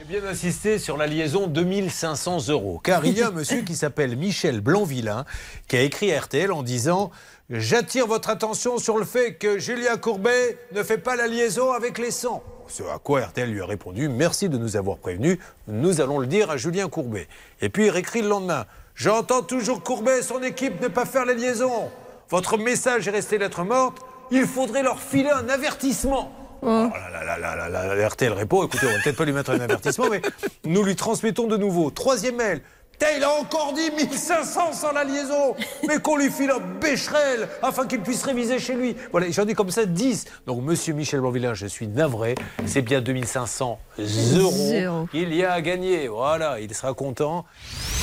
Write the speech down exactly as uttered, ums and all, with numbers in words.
Bien insisté sur la liaison deux mille cinq cents euros. Car il y a un monsieur qui s'appelle Michel Blanvillain qui a écrit à R T L en disant « J'attire votre attention sur le fait que Julien Courbet ne fait pas la liaison avec les cent ». Ce à quoi R T L lui a répondu « Merci de nous avoir prévenus, nous allons le dire à Julien Courbet ». Et puis il réécrit le lendemain « J'entends toujours Courbet et son équipe ne pas faire la liaison. Votre message est resté lettre morte, il faudrait leur filer un avertissement ». Oh là là là là là là, R T L répond, écoutez, on va peut-être pas lui mettre un avertissement, mais nous lui transmettons de nouveau. Troisième mail. Il a encore dit mille cinq cents sans la liaison, mais qu'on lui file un bécherel afin qu'il puisse réviser chez lui. Voilà, j'en ai comme ça dix. Donc, monsieur Michel Blanvillain, je suis navré, c'est bien deux mille cinq cents euros qu'il y a à gagner. Voilà, il sera content.